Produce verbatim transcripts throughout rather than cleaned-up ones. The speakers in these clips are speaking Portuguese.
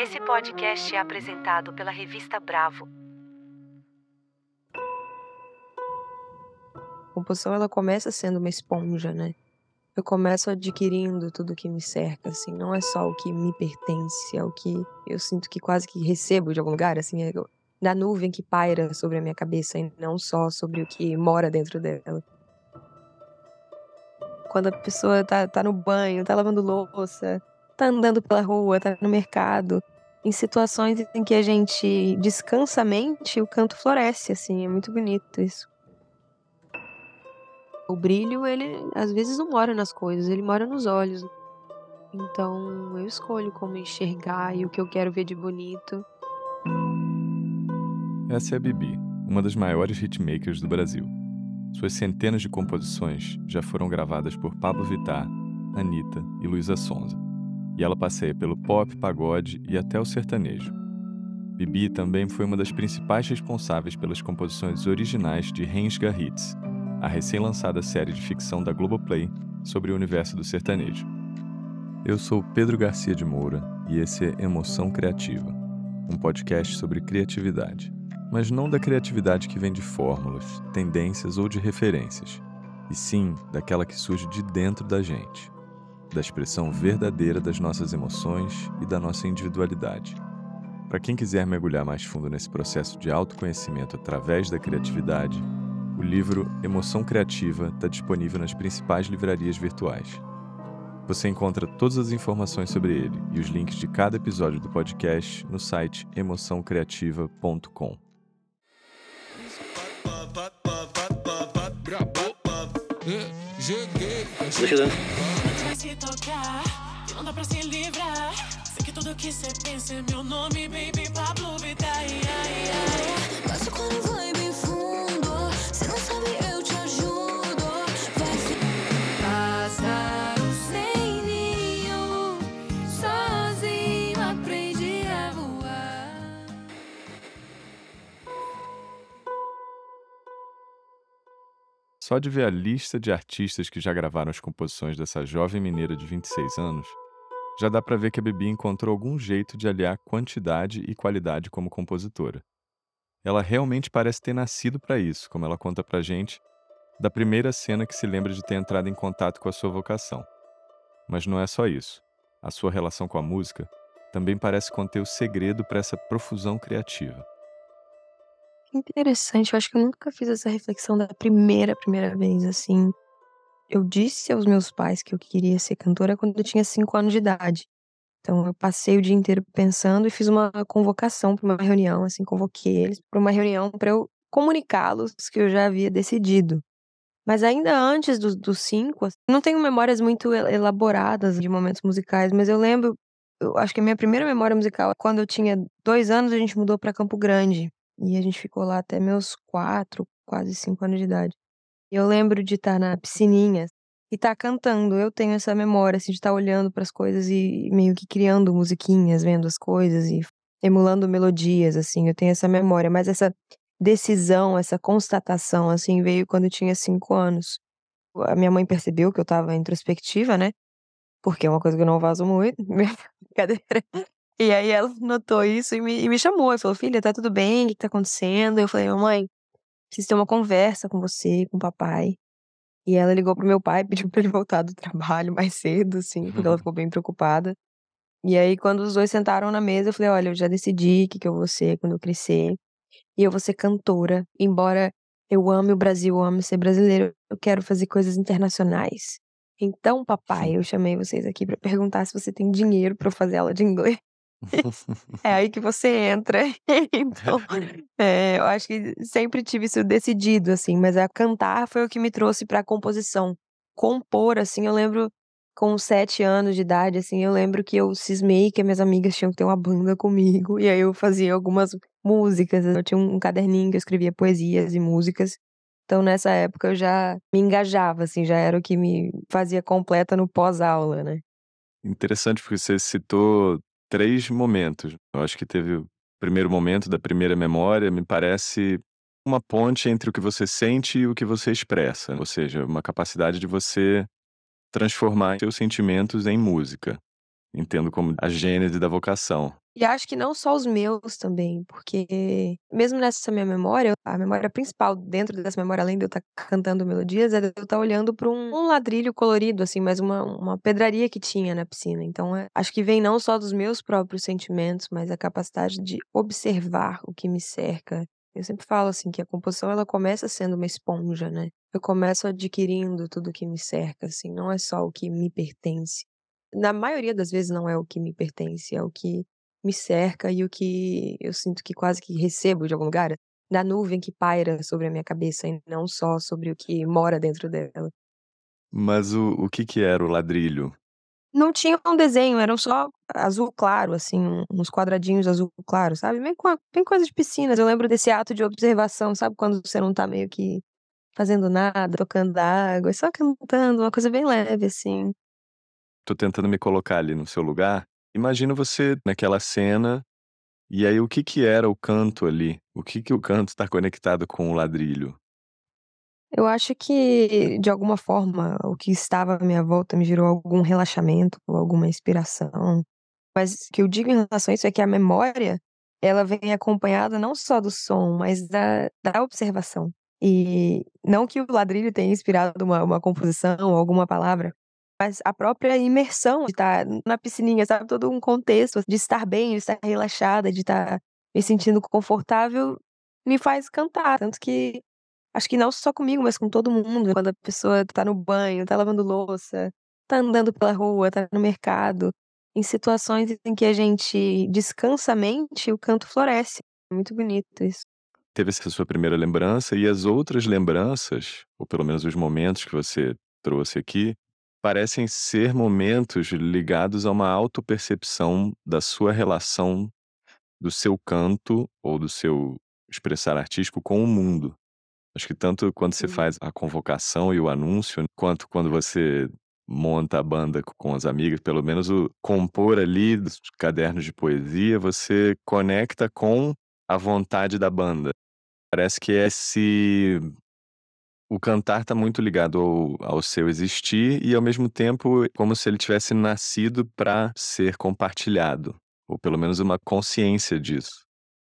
Esse podcast é apresentado pela revista Bravo. A composição, ela começa sendo uma esponja, né? Eu começo adquirindo tudo que me cerca, assim, não é só o que me pertence, é o que eu sinto que quase que recebo de algum lugar, assim, é da nuvem que paira sobre a minha cabeça e não só sobre o que mora dentro dela. Quando a pessoa tá, tá no banho, tá lavando louça, tá andando pela rua, tá no mercado, em situações em que a gente descansa a mente, o canto floresce, assim, é muito bonito isso. O brilho, ele às vezes não mora nas coisas, ele mora nos olhos. Então eu escolho como enxergar e o que eu quero ver de bonito. Essa é a Bibi, uma das maiores hitmakers do Brasil. Suas centenas de composições já foram gravadas por Pablo Vittar, Anitta e Luísa Sonza. E ela passeia pelo pop, pagode e até o sertanejo. Bibi também foi uma das principais responsáveis pelas composições originais de Rensga Hits, a recém-lançada série de ficção da Globoplay sobre o universo do sertanejo. Eu sou Pedro Garcia de Moura e esse é Emoção Criativa, um podcast sobre criatividade. Mas não da criatividade que vem de fórmulas, tendências ou de referências, e sim daquela que surge de dentro da gente, da expressão verdadeira das nossas emoções e da nossa individualidade. Para quem quiser mergulhar mais fundo nesse processo de autoconhecimento através da criatividade, o livro Emoção Criativa está disponível nas principais livrarias virtuais. Você encontra todas as informações sobre ele e os links de cada episódio do podcast no site emoção criativa ponto com. Vai se tocar, e não dá pra se livrar. Sei que tudo que cê pensa é meu nome, baby, Pablo Vittar. Ai, ai, ai. Gosto quando vai bem fundo. Cê não sabe, eu te ajudo. Vai se pássaro sem ninho, sozinho aprendi a voar. Só de ver a lista de artistas que já gravaram as composições dessa jovem mineira de vinte e seis anos, já dá pra ver que a Bibi encontrou algum jeito de aliar quantidade e qualidade como compositora. Ela realmente parece ter nascido pra isso, como ela conta pra gente, da primeira cena que se lembra de ter entrado em contato com a sua vocação. Mas não é só isso. A sua relação com a música também parece conter o segredo para essa profusão criativa. Interessante, eu acho que eu nunca fiz essa reflexão da primeira, primeira vez, assim. Eu disse aos meus pais que eu queria ser cantora quando eu tinha cinco anos de idade. Então eu passei o dia inteiro pensando e fiz uma convocação para uma reunião, assim, convoquei eles para uma reunião para eu comunicá-los que eu já havia decidido. Mas ainda antes dos dos cinco, assim, não tenho memórias muito e elaboradas de momentos musicais, mas eu lembro, eu acho que a minha primeira memória musical, quando eu tinha dois anos, a gente mudou para Campo Grande, e a gente ficou lá até meus quatro, quase cinco anos de idade. E eu lembro de estar na piscininha e estar cantando, eu tenho essa memória, assim, de estar olhando para as coisas e meio que criando musiquinhas, vendo as coisas e emulando melodias, assim, eu tenho essa memória, mas essa decisão, essa constatação, assim, veio quando eu tinha cinco anos. A minha mãe percebeu que eu estava introspectiva, né, porque é uma coisa que eu não vazo muito, brincadeira. E aí ela notou isso e me e me chamou e falou: "Filha, tá tudo bem? O que que tá acontecendo?" Eu falei: "Mamãe, preciso ter uma conversa com você, com o papai." E ela ligou pro meu pai, pediu pra ele voltar do trabalho mais cedo, assim, porque ela ficou bem preocupada. E aí quando os dois sentaram na mesa, eu falei: "Olha, eu já decidi que que eu vou ser quando eu crescer, e eu vou ser cantora. Embora eu ame o Brasil, eu ame ser brasileiro, eu quero fazer coisas internacionais. Então, papai, eu chamei vocês aqui pra perguntar se você tem dinheiro pra eu fazer aula de inglês." É aí que você entra. Então, eh, eu acho que sempre tive isso decidido, assim, mas a cantar foi o que me trouxe pra composição. Compor, assim, eu lembro com sete anos de idade, assim, eu lembro que eu cismei que as minhas amigas tinham que ter uma banda comigo, e aí eu fazia algumas músicas, eu tinha um caderninho que eu escrevia poesias e músicas. Então nessa época eu já me engajava, assim, já era o que me fazia completa no pós-aula, né. Interessante porque você citou três momentos. Eu acho que teve o primeiro momento da primeira memória, me parece uma ponte entre o que você sente e o que você expressa, ou seja, uma capacidade de você transformar seus sentimentos em música. entendo como a gênese da vocação. E acho que não só os meus também, porque mesmo nessa minha memória, a memória principal dentro dessa memória, além de eu estar cantando melodias, é de eu estar olhando para um um ladrilho colorido, assim, mas uma uma pedraria que tinha na piscina. Então, eh, acho que vem não só dos meus próprios sentimentos, mas a capacidade de observar o que me cerca. Eu sempre falo, assim, que a composição ela começa sendo uma esponja, né. Eu começo adquirindo tudo que me cerca, assim, não é só o que me pertence. Na maioria das vezes não é o que me pertence, é o que me cerca e o que eu sinto que quase que recebo de algum lugar, da nuvem que paira sobre a minha cabeça e não só sobre o que mora dentro dela. Mas o o que que era o ladrilho? Não tinha um desenho, eram só azul claro, assim, um- uns quadradinhos azul claro, sabe, bem co bem coisa de piscinas. Eu lembro desse ato de observação, sabe quando você não tá meio que fazendo nada, tocando água, só cantando, uma coisa bem leve, assim. Tô tentando me colocar ali no seu lugar. Imagina você naquela cena, e aí o que que era o canto ali? O que que o canto está conectado com o ladrilho? Eu acho que, de alguma forma, o que estava à minha volta me gerou algum relaxamento ou alguma inspiração. Mas o que eu digo em relação a isso é que a memória, ela vem acompanhada não só do som, mas da da observação. E não que o ladrilho tenha inspirado uma uma composição ou alguma palavra, mas a própria imersão de estar na piscininha, sabe, todo um contexto de estar bem, de estar relaxada, de estar me sentindo confortável, me faz cantar. Tanto que acho que não só comigo, mas com todo mundo, quando a pessoa tá no banho, tá lavando louça, tá andando pela rua, tá no mercado, em situações em que a gente descansa a mente, o canto floresce. É muito bonito isso. Teve essa sua primeira lembrança e as outras lembranças, ou pelo menos os momentos que você trouxe aqui, parecem ser momentos ligados a uma autopercepção da sua relação, do seu canto ou do seu expressar artístico com o mundo. Acho que tanto quando você Sim. faz a convocação e o anúncio, quanto quando você monta a banda co com as amigas, pelo menos o compor ali dos cadernos de poesia, você conecta com a vontade da banda. Parece que esse o cantar está muito ligado ao ao seu existir e, ao mesmo tempo, como se ele tivesse nascido para ser compartilhado, ou pelo menos uma consciência disso.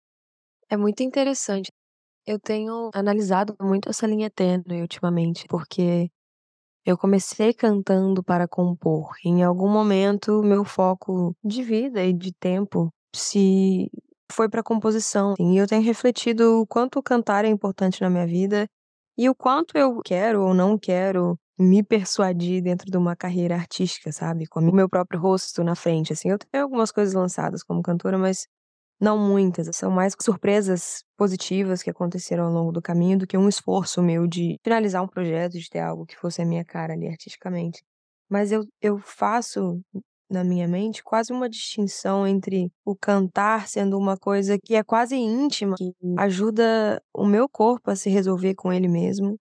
É muito interessante. Eu tenho analisado muito essa linha tênue ultimamente, porque eu comecei cantando para compor. Em algum momento, meu foco de vida e de tempo se foi para composição. E eu tenho refletido o quanto o cantar é importante na minha vida e o quanto eu quero ou não quero me persuadir dentro de uma carreira artística, sabe? Com o meu próprio rosto na frente, assim. Eu tenho algumas coisas lançadas como cantora, mas não muitas, são mais surpresas positivas que aconteceram ao longo do caminho do que um esforço meu de finalizar um projeto, de ter algo que fosse a minha cara ali artisticamente. Mas eu eu faço na minha mente quase uma distinção entre o cantar sendo uma coisa que é quase íntima, que ajuda o meu corpo a se resolver com ele mesmo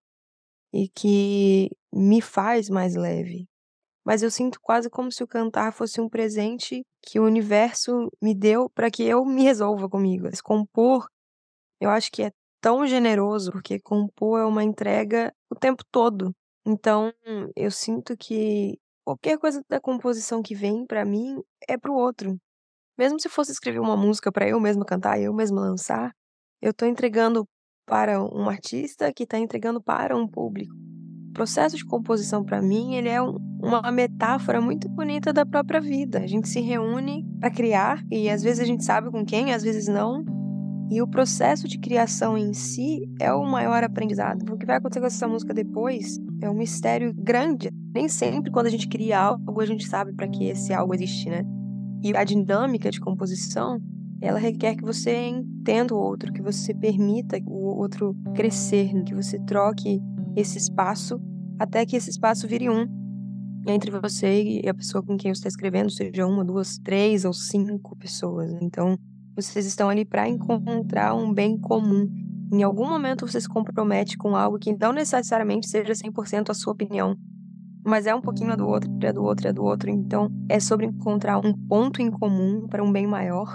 e que me faz mais leve. Mas eu sinto quase como se o cantar fosse um presente que o universo me deu para que eu me resolva comigo. Mas compor, eu acho que é tão generoso, porque compor é uma entrega o tempo todo. Então, eu sinto que qualquer coisa da composição que vem pra mim é para o outro. Mesmo se fosse escrever uma música pra eu mesma cantar e eu mesma lançar, eu tô entregando para um artista que tá entregando para um público. O processo de composição para mim, ele é um uma metáfora muito bonita da própria vida. A gente se reúne para criar e às vezes a gente sabe com quem, às vezes não. E o processo de criação em si é o maior aprendizado. O que vai acontecer com essa música depois é um mistério grande. Nem sempre quando a gente cria algo, a gente sabe para que esse algo existe, né? E a dinâmica de composição, ela requer que você entenda o outro, que você permita o outro crescer, né? Que você troque esse espaço até que esse espaço vire um entre você e a pessoa com quem você está escrevendo, seja uma, duas, três ou cinco pessoas. Então, vocês estão ali para encontrar um bem comum. Em algum momento você se compromete com algo que não necessariamente seja cem por cento a sua opinião, mas é um pouquinho a do outro, é do outro, é do outro. Então, é sobre encontrar um ponto em comum para um bem maior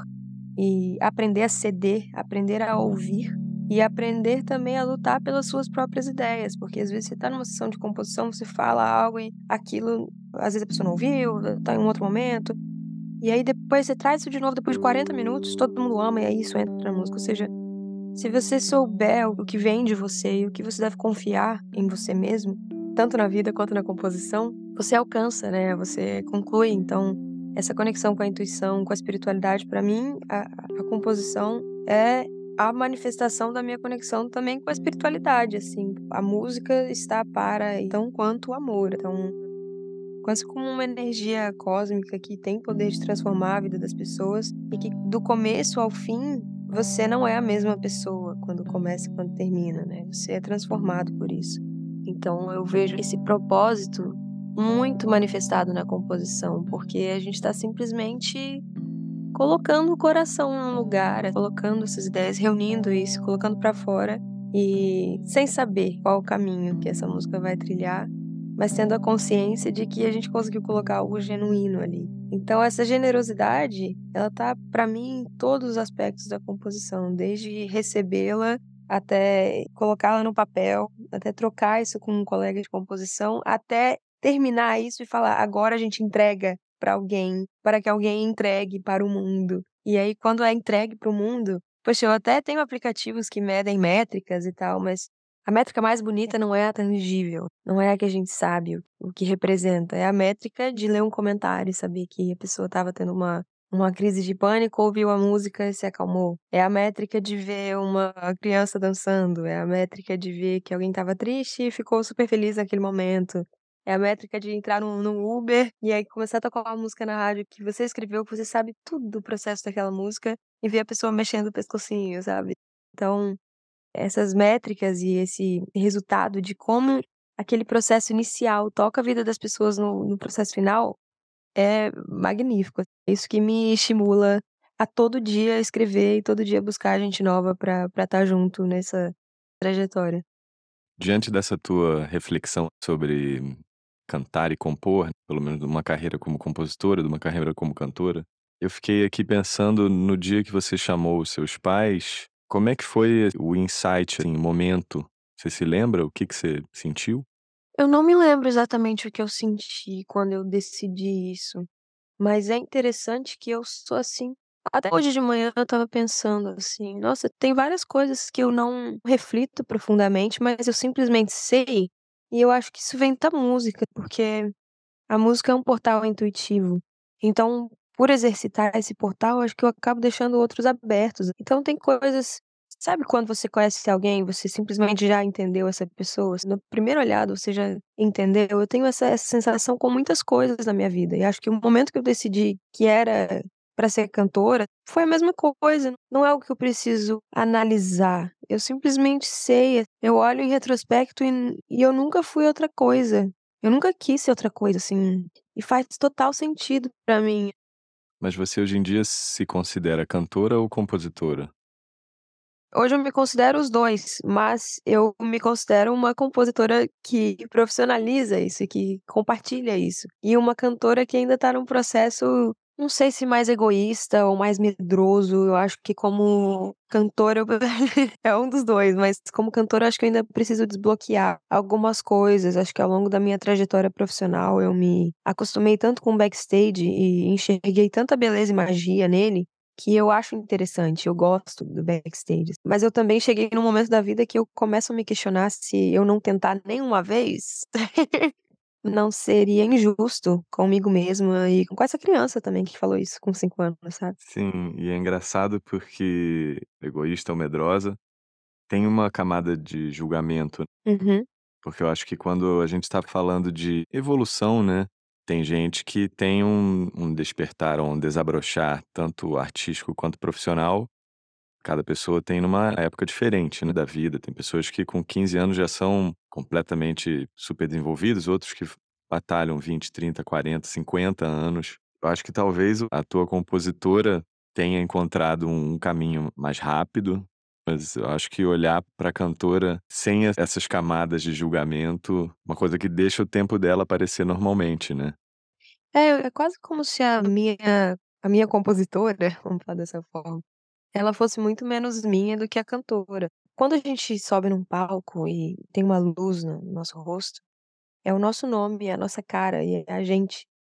e aprender a ceder, aprender a ouvir e aprender também a lutar pelas suas próprias ideias, porque às vezes você está numa sessão de composição, você fala algo e aquilo, às vezes a pessoa não ouviu, está em um outro momento. E aí depois você traz isso de novo depois de quarenta minutos, todo mundo ama e aí isso entra na música. Ou seja, se você souber o que vem de você e o que você deve confiar em você mesmo, tanto na vida quanto na composição, você alcança, né? Você conclui. Então, essa conexão com a intuição, com a espiritualidade, pra mim, a, a composição é a manifestação da minha conexão também com a espiritualidade, assim. A música está para tão quanto o amor. Então, quase como uma energia cósmica que tem poder de transformar a vida das pessoas e que do começo ao fim você não é a mesma pessoa quando começa e quando termina, né? Você é transformado por isso. Então eu vejo esse propósito muito manifestado na composição, porque a gente está simplesmente colocando o coração num lugar, colocando essas ideias, reunindo isso, colocando para fora e sem saber qual o caminho que essa música vai trilhar, mas tendo a consciência de que a gente conseguiu colocar algo genuíno ali. Então essa generosidade, ela tá para mim em todos os aspectos da composição, desde recebê-la até colocá-la no papel, até trocar isso com um colega de composição, até terminar isso e falar: agora a gente entrega para alguém, para que alguém entregue para o mundo. E aí quando é entregue para o mundo, poxa, eu até tenho aplicativos que medem métricas e tal, mas a métrica mais bonita não é a tangível, não é a que a gente sabe o o que representa, é a métrica de ler um comentário e saber que a pessoa estava tendo uma uma crise de pânico, ouviu a música e se acalmou. É a métrica de ver uma criança dançando, é a métrica de ver que alguém estava triste e ficou super feliz naquele momento. É a métrica de entrar num num Uber e aí começar a tocar uma música na rádio que você escreveu, que você sabe tudo do processo daquela música e ver a pessoa mexendo o pescocinho, sabe. Então, essas métricas e esse resultado de como aquele processo inicial toca a vida das pessoas no no processo final é magnífico. É isso que me estimula a todo dia escrever e todo dia buscar gente nova pra pra estar junto nessa trajetória. Diante dessa tua reflexão sobre cantar e compor, pelo menos de uma carreira como compositora, de uma carreira como cantora, eu fiquei aqui pensando no dia que você chamou os seus pais, como é que foi o insight, assim, o momento? Você se lembra o que que você sentiu? Eu não me lembro exatamente o que eu senti quando eu decidi isso, mas é interessante que eu sou assim. Até hoje de manhã eu estava pensando assim: "Nossa, tem várias coisas que eu não reflito profundamente, mas eu simplesmente sei", e eu acho que isso vem da música, porque a música é um portal intuitivo. Então, por exercitar esse portal, acho que eu acabo deixando outros abertos. Então tem coisas, sabe quando você conhece alguém, você simplesmente já entendeu essa pessoa? No primeiro olhado você já entendeu? Eu tenho essa essa sensação com muitas coisas na minha vida, e acho que o momento que eu decidi que era pra ser cantora, foi a mesma coisa, não é algo que eu preciso analisar, eu simplesmente sei, eu olho em retrospecto e e eu nunca fui outra coisa. Eu nunca quis ser outra coisa, assim, e faz total sentido pra mim. Mas você hoje em dia se considera cantora ou compositora? Hoje eu me considero os dois, mas eu me considero uma compositora que profissionaliza isso e que compartilha isso. E uma cantora que ainda tá num processo, não sei se mais egoísta ou mais medroso, eu acho que como cantora eu é um dos dois, mas como cantora acho que eu ainda preciso desbloquear algumas coisas. Acho que ao longo da minha trajetória profissional eu me acostumei tanto com o backstage e enxerguei tanta beleza e magia nele, que eu acho interessante, eu gosto do backstage. Mas eu também cheguei num momento da vida que eu começo a me questionar se eu não tentar nenhuma vez, não seria injusto comigo mesma e com essa criança também que falou isso com cinco anos, sabe. Sim, e é engraçado porque egoísta ou medrosa tem uma camada de julgamento, Uhum. porque eu acho que quando a gente tá falando de evolução, né, tem gente que tem um um despertar ou um desabrochar, tanto artístico quanto profissional. Cada pessoa tem numa época diferente, né, da vida. Tem pessoas que com quinze anos já são completamente super desenvolvidos, outros que f batalham vinte, trinta, quarenta, cinquenta anos. Eu acho que talvez o a tua compositora tenha encontrado um um caminho mais rápido, mas eu acho que olhar pra cantora sem es essas camadas de julgamento, uma coisa que deixa o tempo dela aparecer normalmente, né. É, é quase como se a minha a minha compositora, vamos falar dessa forma, ela fosse muito menos minha do que a cantora. Quando a gente sobe num palco e tem uma luz no nosso rosto, é o nosso nome, é a nossa cara e é a gente.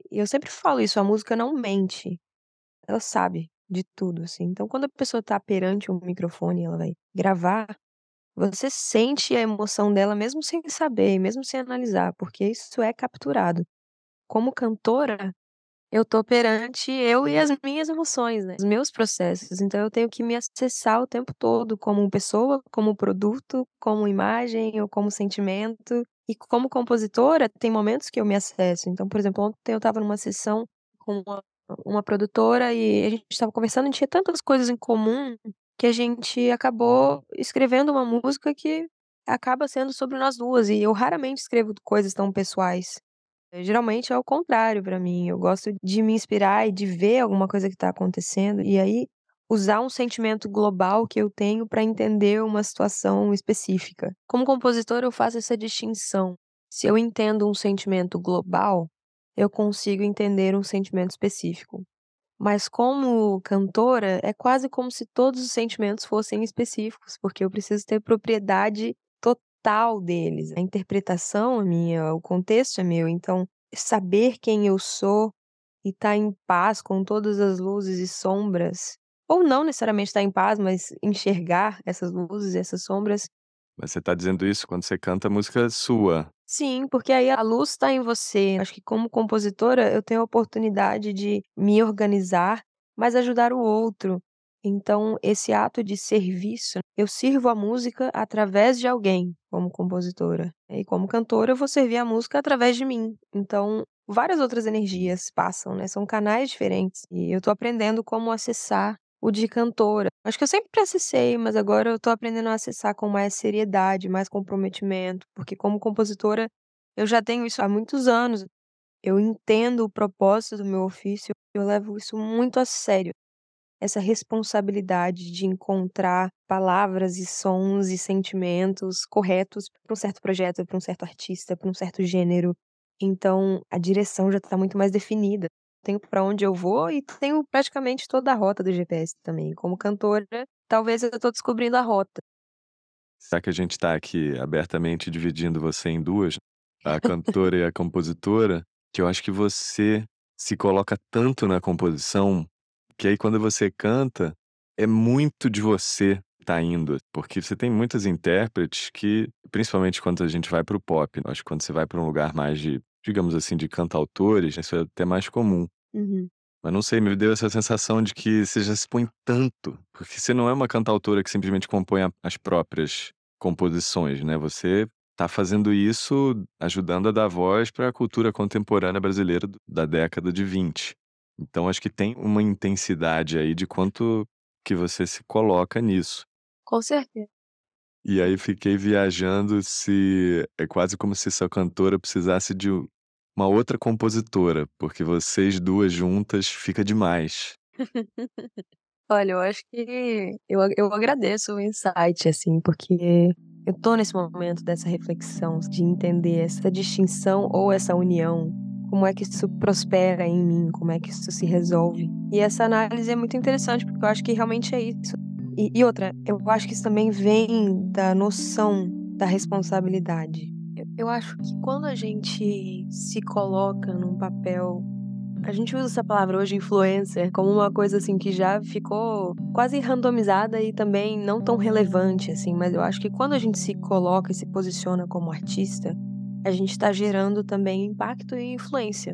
E eu sempre falo isso, a música não mente, ela sabe de tudo, assim. Então quando a pessoa tá perante um microfone e ela vai gravar, você sente a emoção dela mesmo sem saber, mesmo sem analisar, porque isso é capturado. Como cantora, eu tô perante eu e as minhas emoções, né, os meus processos, então eu tenho que me acessar o tempo todo como pessoa, como produto, como imagem ou como sentimento. E como compositora, tem momentos que eu me acesso. Então, por exemplo, ontem eu estava numa sessão com uma uma produtora e a gente estava conversando, a gente tinha tantas coisas em comum, que a gente acabou escrevendo uma música que acaba sendo sobre nós duas, e eu raramente escrevo coisas tão pessoais. Eh, geralmente é o contrário pra mim, eu gosto de me inspirar e de ver alguma coisa que tá acontecendo, e aí usar um sentimento global que eu tenho pra entender uma situação específica. Como compositora, eu faço essa distinção. Se eu entendo um sentimento global, eu consigo entender um sentimento específico. Mas como cantora, é quase como se todos os sentimentos fossem específicos, porque eu preciso ter propriedade total deles. A interpretação é minha, o contexto é meu, então saber quem eu sou e estar em paz com todas as luzes e sombras, ou não necessariamente estar em paz, mas enxergar essas luzes e essas sombras. Mas você tá dizendo isso quando você canta música sua. Sim, porque aí a luz está em você. Acho que como compositora eu tenho a oportunidade de me organizar, mas ajudar o outro. Então esse ato de serviço, eu sirvo a música através de alguém, como compositora. E como cantora eu vou servir a música através de mim. Então várias outras energias passam, né, são canais diferentes. E eu tô aprendendo como acessar o de cantora. Acho que eu sempre acessei, mas agora eu tô aprendendo a acessar com mais seriedade, mais comprometimento, porque como compositora eu já tenho isso há muitos anos. Eu entendo o propósito do meu ofício, eu levo isso muito a sério. Essa responsabilidade de encontrar palavras e sons e sentimentos corretos para um certo projeto, para um certo artista, para um certo gênero. Então a direção já tá muito mais definida. Tenho pra onde eu vou e tenho praticamente toda a rota do G P S também. Como cantora, talvez eu tô descobrindo a rota. Já que a gente tá aqui abertamente dividindo você em duas, a cantora e a compositora, que eu acho que você se coloca tanto na composição, que aí quando você canta, é muito de você tá indo, porque você tem muitas intérpretes que, principalmente quando a gente vai para o pop, acho que quando você vai para um lugar mais de, digamos assim, de cantautores, isso é até mais comum. Uhum. Mas não sei, me deu essa sensação de que você já se põe tanto, porque você não é uma cantautora que simplesmente compõe a as próprias composições, né, você tá fazendo isso ajudando a dar voz pra cultura contemporânea brasileira do da década de vinte. Então acho que tem uma intensidade aí de quanto que você se coloca nisso. Com certeza. E aí fiquei viajando se é quase como se essa cantora precisasse de u uma outra compositora, porque vocês duas juntas fica demais. Olha, eu acho que eu a eu agradeço o insight, assim, porque eu tô nesse momento dessa reflexão, de entender essa distinção ou essa união, como é que isso prospera em mim, como é que isso se resolve. E essa análise é muito interessante, porque eu acho que realmente é isso. E e outra, eu acho que isso também vem da noção da responsabilidade. Eu eu acho que quando a gente se coloca num papel, a gente usa essa palavra hoje, influencer, como uma coisa, assim, que já ficou quase randomizada e também não tão relevante, assim, mas eu acho que quando a gente se coloca e se posiciona como artista, a gente tá gerando também impacto e influência.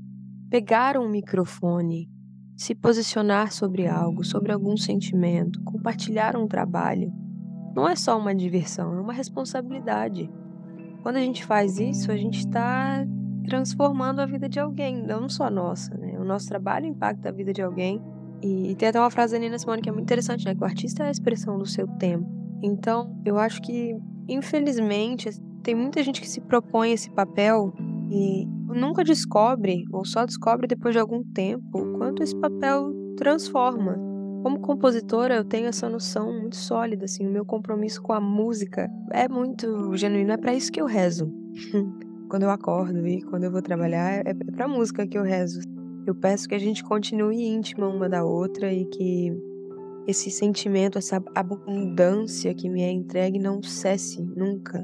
Pegar um microfone, se posicionar sobre algo, sobre algum sentimento, compartilhar um trabalho, não é só uma diversão, é uma responsabilidade. Quando a gente faz isso, a gente tá transformando a vida de alguém, não só a nossa, né, o nosso trabalho impacta a vida de alguém. E tem até uma frase da Nina Simone que é muito interessante, né, que o artista é a expressão do seu tempo. Então, eu acho que, infelizmente, tem muita gente que se propõe esse papel e nunca descobre, ou só descobre depois de algum tempo, o quanto esse papel transforma. Como compositora, eu tenho essa noção muito sólida, assim, o meu compromisso com a música é muito genuíno, é pra isso que eu rezo. Quando eu acordo e quando eu vou trabalhar, é pra música que eu rezo. Eu peço que a gente continue íntima uma da outra e que esse sentimento, essa abundância que me é entregue não cesse nunca.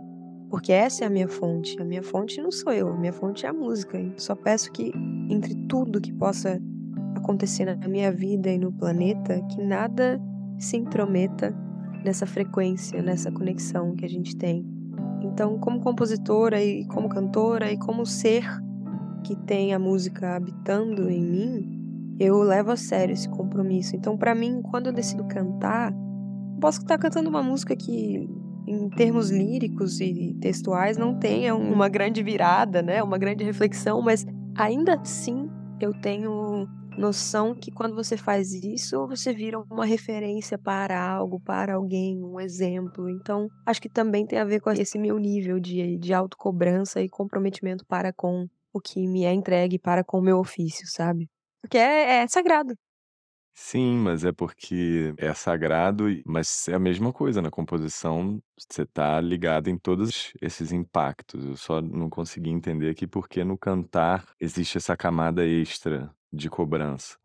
porque essa é a minha fonte. A minha fonte não sou eu, a minha fonte é a música. Eu só peço que, entre tudo que possa acontecer na minha vida e no planeta, que nada se intrometa nessa frequência, nessa conexão que a gente tem. Então, como compositora e como cantora e como ser que tem a música habitando em mim, eu levo a sério esse compromisso. Então, pra mim, quando eu decido cantar, posso estar cantando uma música que, em termos líricos e textuais, não tenha uma grande virada, né, uma grande reflexão, mas ainda assim eu tenho noção que quando você faz isso, você vira uma referência para algo, para alguém, um exemplo. Então, acho que também tem a ver com esse meu nível de, de autocobrança e comprometimento para com o que me é entregue, para com o meu ofício, sabe? Porque é, é sagrado. Sim, mas é porque é sagrado, e- mas é a mesma coisa na composição, você tá ligado em todos esses impactos. Eu só não consegui entender aqui porque no cantar existe essa camada extra de cobrança.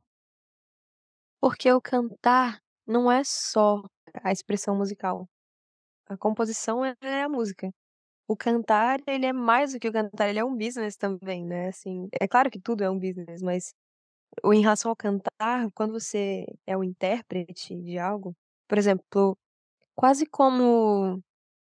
Porque o cantar não é só a expressão musical. A composição é é a música. O cantar, ele é mais do que o cantar, ele é um business também, né, assim, é claro que tudo é um business, mas o em relação ao cantar, quando você é o intérprete de algo, por exemplo, quase como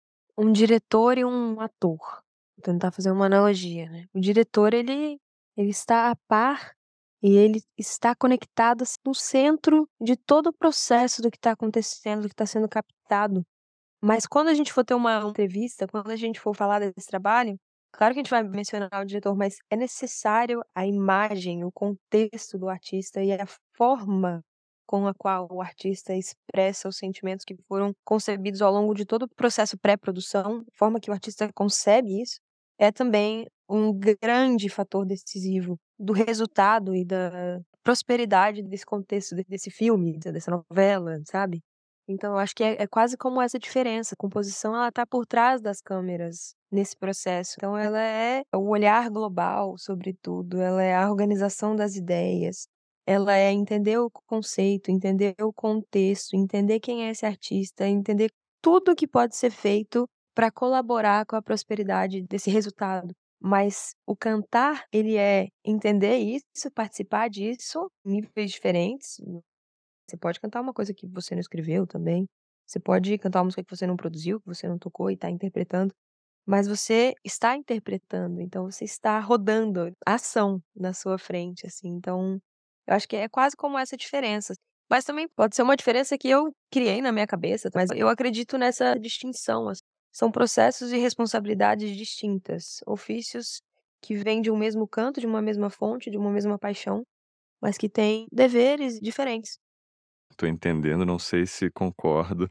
um diretor e um ator. Vou tentar fazer uma analogia, né. O diretor, ele ele está a par e ele está conectado, assim, no centro de todo o processo do que está acontecendo, do que está sendo captado. Mas quando a gente for ter uma entrevista, quando a gente for falar desse trabalho, claro que a gente vai mencionar o diretor, mas é necessário a imagem, o contexto do artista e a forma com a qual o artista expressa os sentimentos que foram concebidos ao longo de todo o processo pré-produção, a forma que o artista concebe isso, é também um grande fator decisivo do resultado e da prosperidade desse contexto, de desse filme, dessa novela, sabe? Então eu acho que é é quase como essa diferença, a composição ela tá por trás das câmeras nesse processo, então ela é o olhar global sobre tudo, ela é a organização das ideias, ela é entender o conceito, entender o contexto, entender quem é esse artista, entender tudo que pode ser feito para colaborar com a prosperidade desse resultado. Mas o cantar, ele é entender isso, participar disso, em níveis diferentes. Você pode cantar uma coisa que você não escreveu também. Você pode cantar uma música que você não produziu, que você não tocou e está interpretando, mas você está interpretando, então você está rodando a ação na sua frente, assim. Então, eu acho que é quase como essa diferença. Mas também pode ser uma diferença que eu criei na minha cabeça, mas eu acredito nessa distinção, assim. São processos e responsabilidades distintas, ofícios que vêm de um mesmo canto, de uma mesma fonte, de uma mesma paixão, mas que têm deveres diferentes. Tô entendendo, não sei se concordo.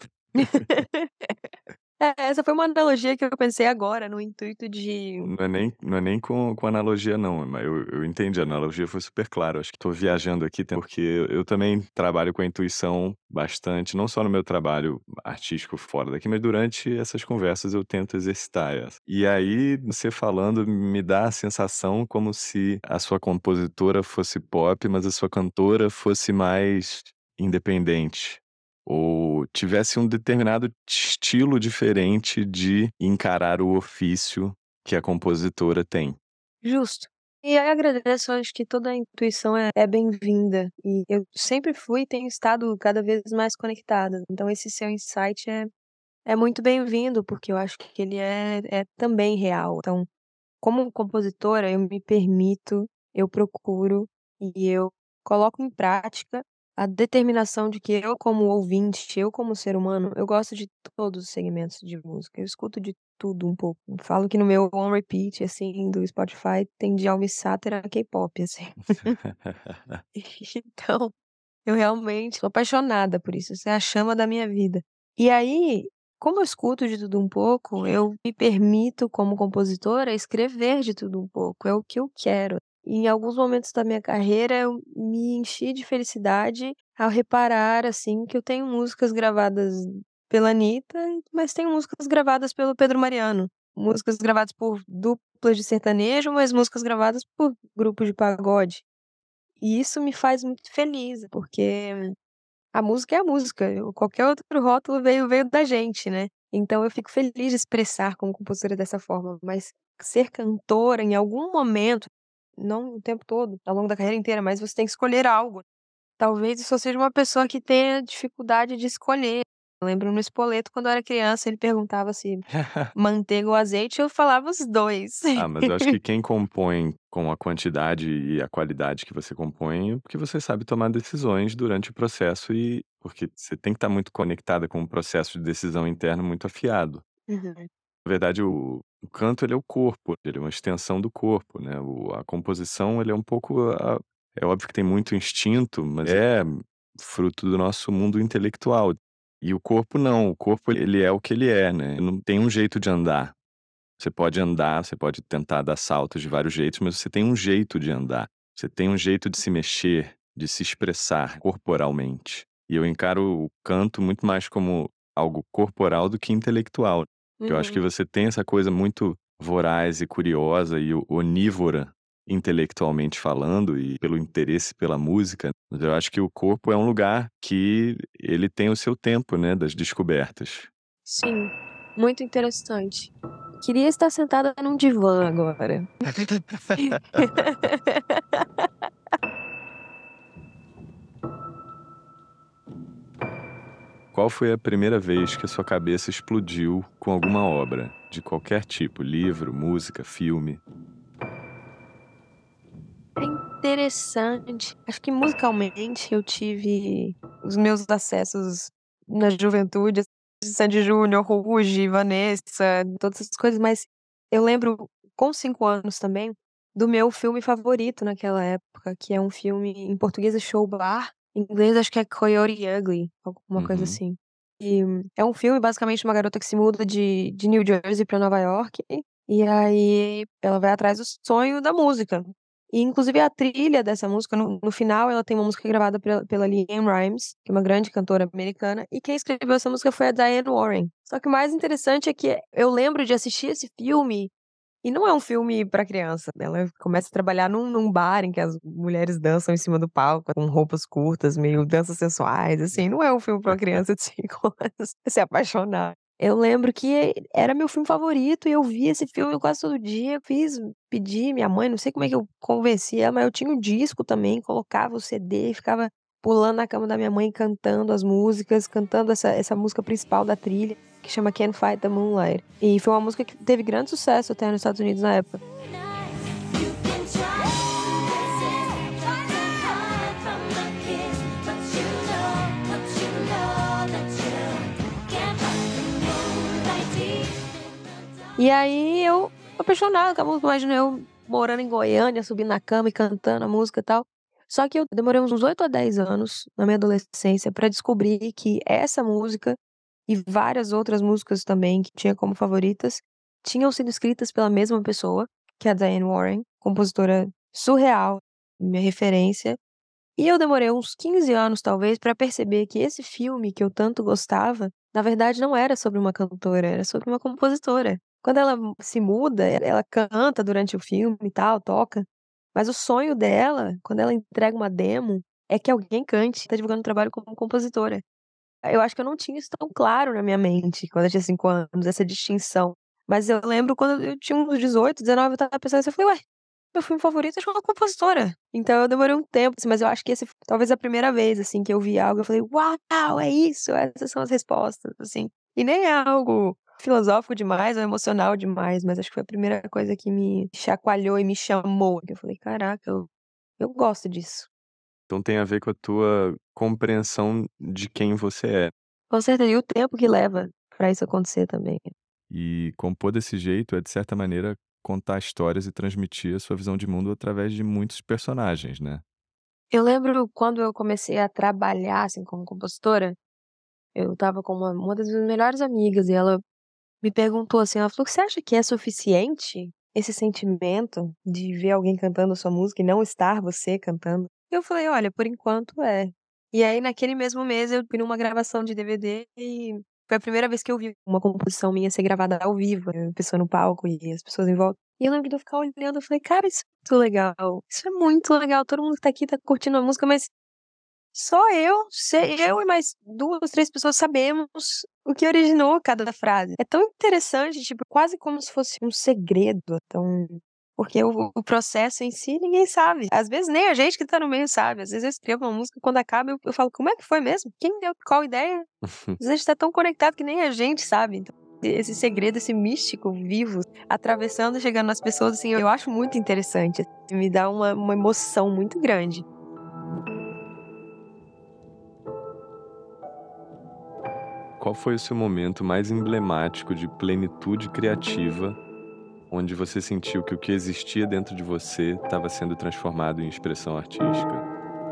É, essa foi uma analogia que eu pensei agora, no intuito de Não é nem não é nem com com analogia não, mas eu eu entendi, a analogia foi super clara, acho que tô viajando aqui, tem porque eu eu também trabalho com a intuição bastante, não só no meu trabalho artístico fora daqui, mas durante essas conversas eu tento exercitar essa. E aí, você falando me dá a sensação como se a sua compositora fosse pop, mas a sua cantora fosse mais independente. Ou tivesse um determinado estilo diferente de encarar o ofício que a compositora tem. justo. E aí agradeço, acho que toda a intuição é é bem-vinda, e eu sempre fui e tenho estado cada vez mais conectada, então esse seu insight é é muito bem-vindo, porque eu acho que ele é é também real. Então, como compositora, eu me permito, eu procuro e eu coloco em prática a determinação de que eu como ouvinte, eu como ser humano, eu gosto de todos os segmentos de música, eu escuto de tudo um pouco. Falo que no meu on repeat, assim, do Spotify tem de Almi Sater a K-pop, assim. Então, eu realmente sou apaixonada por isso, isso é a chama da minha vida. E aí, como eu escuto de tudo um pouco, eu me permito, como compositora, escrever de tudo um pouco, é o que eu quero. E em alguns momentos da minha carreira, eu me enchi de felicidade ao reparar, assim, que eu tenho músicas gravadas pela Anitta, mas tenho músicas gravadas pelo Pedro Mariano. Músicas gravadas por duplas de sertanejo, mas músicas gravadas por grupos de pagode. E isso me faz muito feliz, porque a música é a música, eu qualquer outro rótulo veio veio da gente, né. Então eu fico feliz de expressar como compositora dessa forma, mas ser cantora em algum momento, não o tempo todo, ao longo da carreira inteira, mas você tem que escolher algo. Talvez eu só seja uma pessoa que tenha dificuldade de escolher. Eu lembro no Spoleto, quando eu era criança, ele perguntava se manteiga ou azeite, eu falava os dois. Ah, mas eu acho que quem compõe com a quantidade e a qualidade que você compõe, é porque você sabe tomar decisões durante o processo e porque você tem que estar muito conectada com um processo de decisão interno muito afiado. Uhum. Na verdade, o o canto, ele é o corpo, ele é uma extensão do corpo, né, o a composição, ele é um pouco a é óbvio que tem muito instinto, mas é fruto do nosso mundo intelectual. E o corpo não, o corpo ele é o que ele é, né, não tem um jeito de andar. Você pode andar, você pode tentar dar saltos de vários jeitos, mas você tem um jeito de andar. Você tem um jeito de se mexer, de se expressar corporalmente. E eu encaro o canto muito mais como algo corporal do que intelectual. Eu acho que Uhum. você tem essa coisa muito voraz e curiosa e o onívora, intelectualmente falando e pelo interesse pela música, mas eu acho que o corpo é um lugar que ele tem o seu tempo, né, das descobertas. Sim, muito interessante. Queria estar sentada num divã agora. Qual foi a primeira vez que a sua cabeça explodiu com alguma obra, de qualquer tipo, livro, música, filme? É interessante. Acho que musicalmente eu tive os meus acessos na juventude, Sandy& Júnior, Ruge, Vanessa, todas essas coisas, mas eu lembro com cinco anos também, do meu filme favorito naquela época, que é um filme em português é Show Bar, em inglês acho que é Coyote Ugly, alguma coisa Uhum. assim. E é um filme basicamente de uma garota que se muda de de New Jersey pra Nova York, e aí ela vai atrás do sonho da música. E inclusive a trilha dessa música, no no final ela tem uma música gravada pela pela LeAnn Rimes, que é uma grande cantora americana, e quem escreveu essa música foi a Diane Warren. Só que o mais interessante é que eu lembro de assistir esse filme, e não é um filme pra criança, ela começa a trabalhar num num bar em que as mulheres dançam em cima do palco com roupas curtas, meio danças sensuais, assim, não é um filme pra uma criança de cinco anos se apaixonar. Eu lembro que era meu filme favorito e eu via esse filme quase todo dia, fiz pedi minha mãe, não sei como é que eu convenci ela, mas eu tinha o disco também, colocava o C D e ficava pulando na cama da minha mãe cantando as músicas, cantando essa essa música principal da trilha, que chama Can't Fight the Moonlight. E foi uma música que teve grande sucesso até nos Estados Unidos na época. You can try to resist, try to hide from the kiss, but you know, but you know that you can't fight the moonlight deep in the dark. E aí eu apaixonada com a música, imagina eu morando em Goiânia, subindo na cama e cantando a música e tal. Só que eu demorei uns oito a dez anos na minha adolescência pra descobrir que essa música e várias outras músicas também que tinha como favoritas, tinham sido escritas pela mesma pessoa, que é a Diane Warren, compositora surreal, minha referência. E eu demorei uns quinze anos talvez pra perceber que esse filme que eu tanto gostava, na verdade não era sobre uma cantora, era sobre uma compositora. Quando ela mu se muda, ela canta durante o filme e tal, toca, mas o sonho dela, quando ela entrega uma demo, é que alguém cante, tá divulgando o trabalho como compositora. Eu acho que eu não tinha isso tão claro na minha mente quando eu tinha cinco anos, essa distinção. Mas eu lembro quando eu tinha uns dezoito, dezenove, eu estava pensando assim, eu falei: "Ué, meu filme favorito é de uma compositora". Então eu demorei um tempo, assim, mas eu acho que esse foi talvez a primeira vez, assim, que eu vi algo, eu falei: "Uau, é isso, essas são as respostas", assim. E nem é algo filosófico demais ou emocional demais, mas acho que foi a primeira coisa que me chacoalhou e me chamou, que eu falei: "Caraca, eu eu gosto disso". Então tem a ver com a tua compreensão de quem você é. Com certeza, e o tempo que leva pra isso acontecer também. E compor desse jeito é, de certa maneira, contar histórias e transmitir a sua visão de mundo através de muitos personagens, né? Eu lembro quando eu comecei a trabalhar, assim, como compositora, eu estava com uma uma das minhas melhores amigas e ela me perguntou assim, ela falou: "Você acha que é suficiente esse sentimento de ver alguém cantando a sua música e não estar você cantando?" Eu falei: "Olha, por enquanto é". E aí naquele mesmo mês eu fui numa gravação de D V D e foi a primeira vez que eu vi uma composição minha ser gravada ao vivo, a pessoa no palco e as pessoas em volta. E eu lembro de eu ficar olhando, eu falei: "Cara, isso é muito legal, isso é muito legal, todo mundo que tá aqui tá curtindo a música, mas só eu sei, eu e mais duas, três pessoas sabemos o que originou cada frase. É tão interessante, tipo, quase como se fosse um segredo, tão porque o o processo em si ninguém sabe. Às vezes nem a gente que tá no meio sabe. Às vezes eu escrevo uma música, quando acaba eu eu falo: "Como é que foi mesmo? Quem deu qual ideia?" Às vezes a gente tá tão conectado que nem a gente sabe. Então, esse segredo, esse místico vivo, atravessando, chegando nas pessoas, assim, eu acho muito interessante. Me dá uma uma emoção muito grande. Qual foi o seu momento mais emblemático de plenitude criativa, onde você sentiu que o que existia dentro de você estava sendo transformado em expressão artística?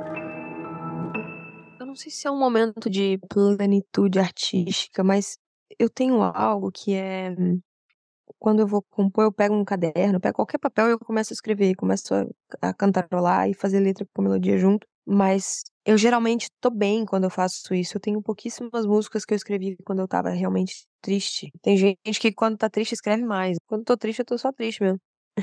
Eu não sei se é um momento de plenitude artística, mas eu tenho algo que é quando eu vou compor, eu pego um caderno, pego qualquer papel e eu começo a escrever, começo a a cantarolar e fazer letra com melodia junto, mas eu geralmente tô bem quando eu faço isso. Eu tenho pouquíssimas músicas que eu escrevi quando eu estava realmente triste. Tem gente que quando tá triste escreve mais. Quando tô triste, eu tô só triste mesmo.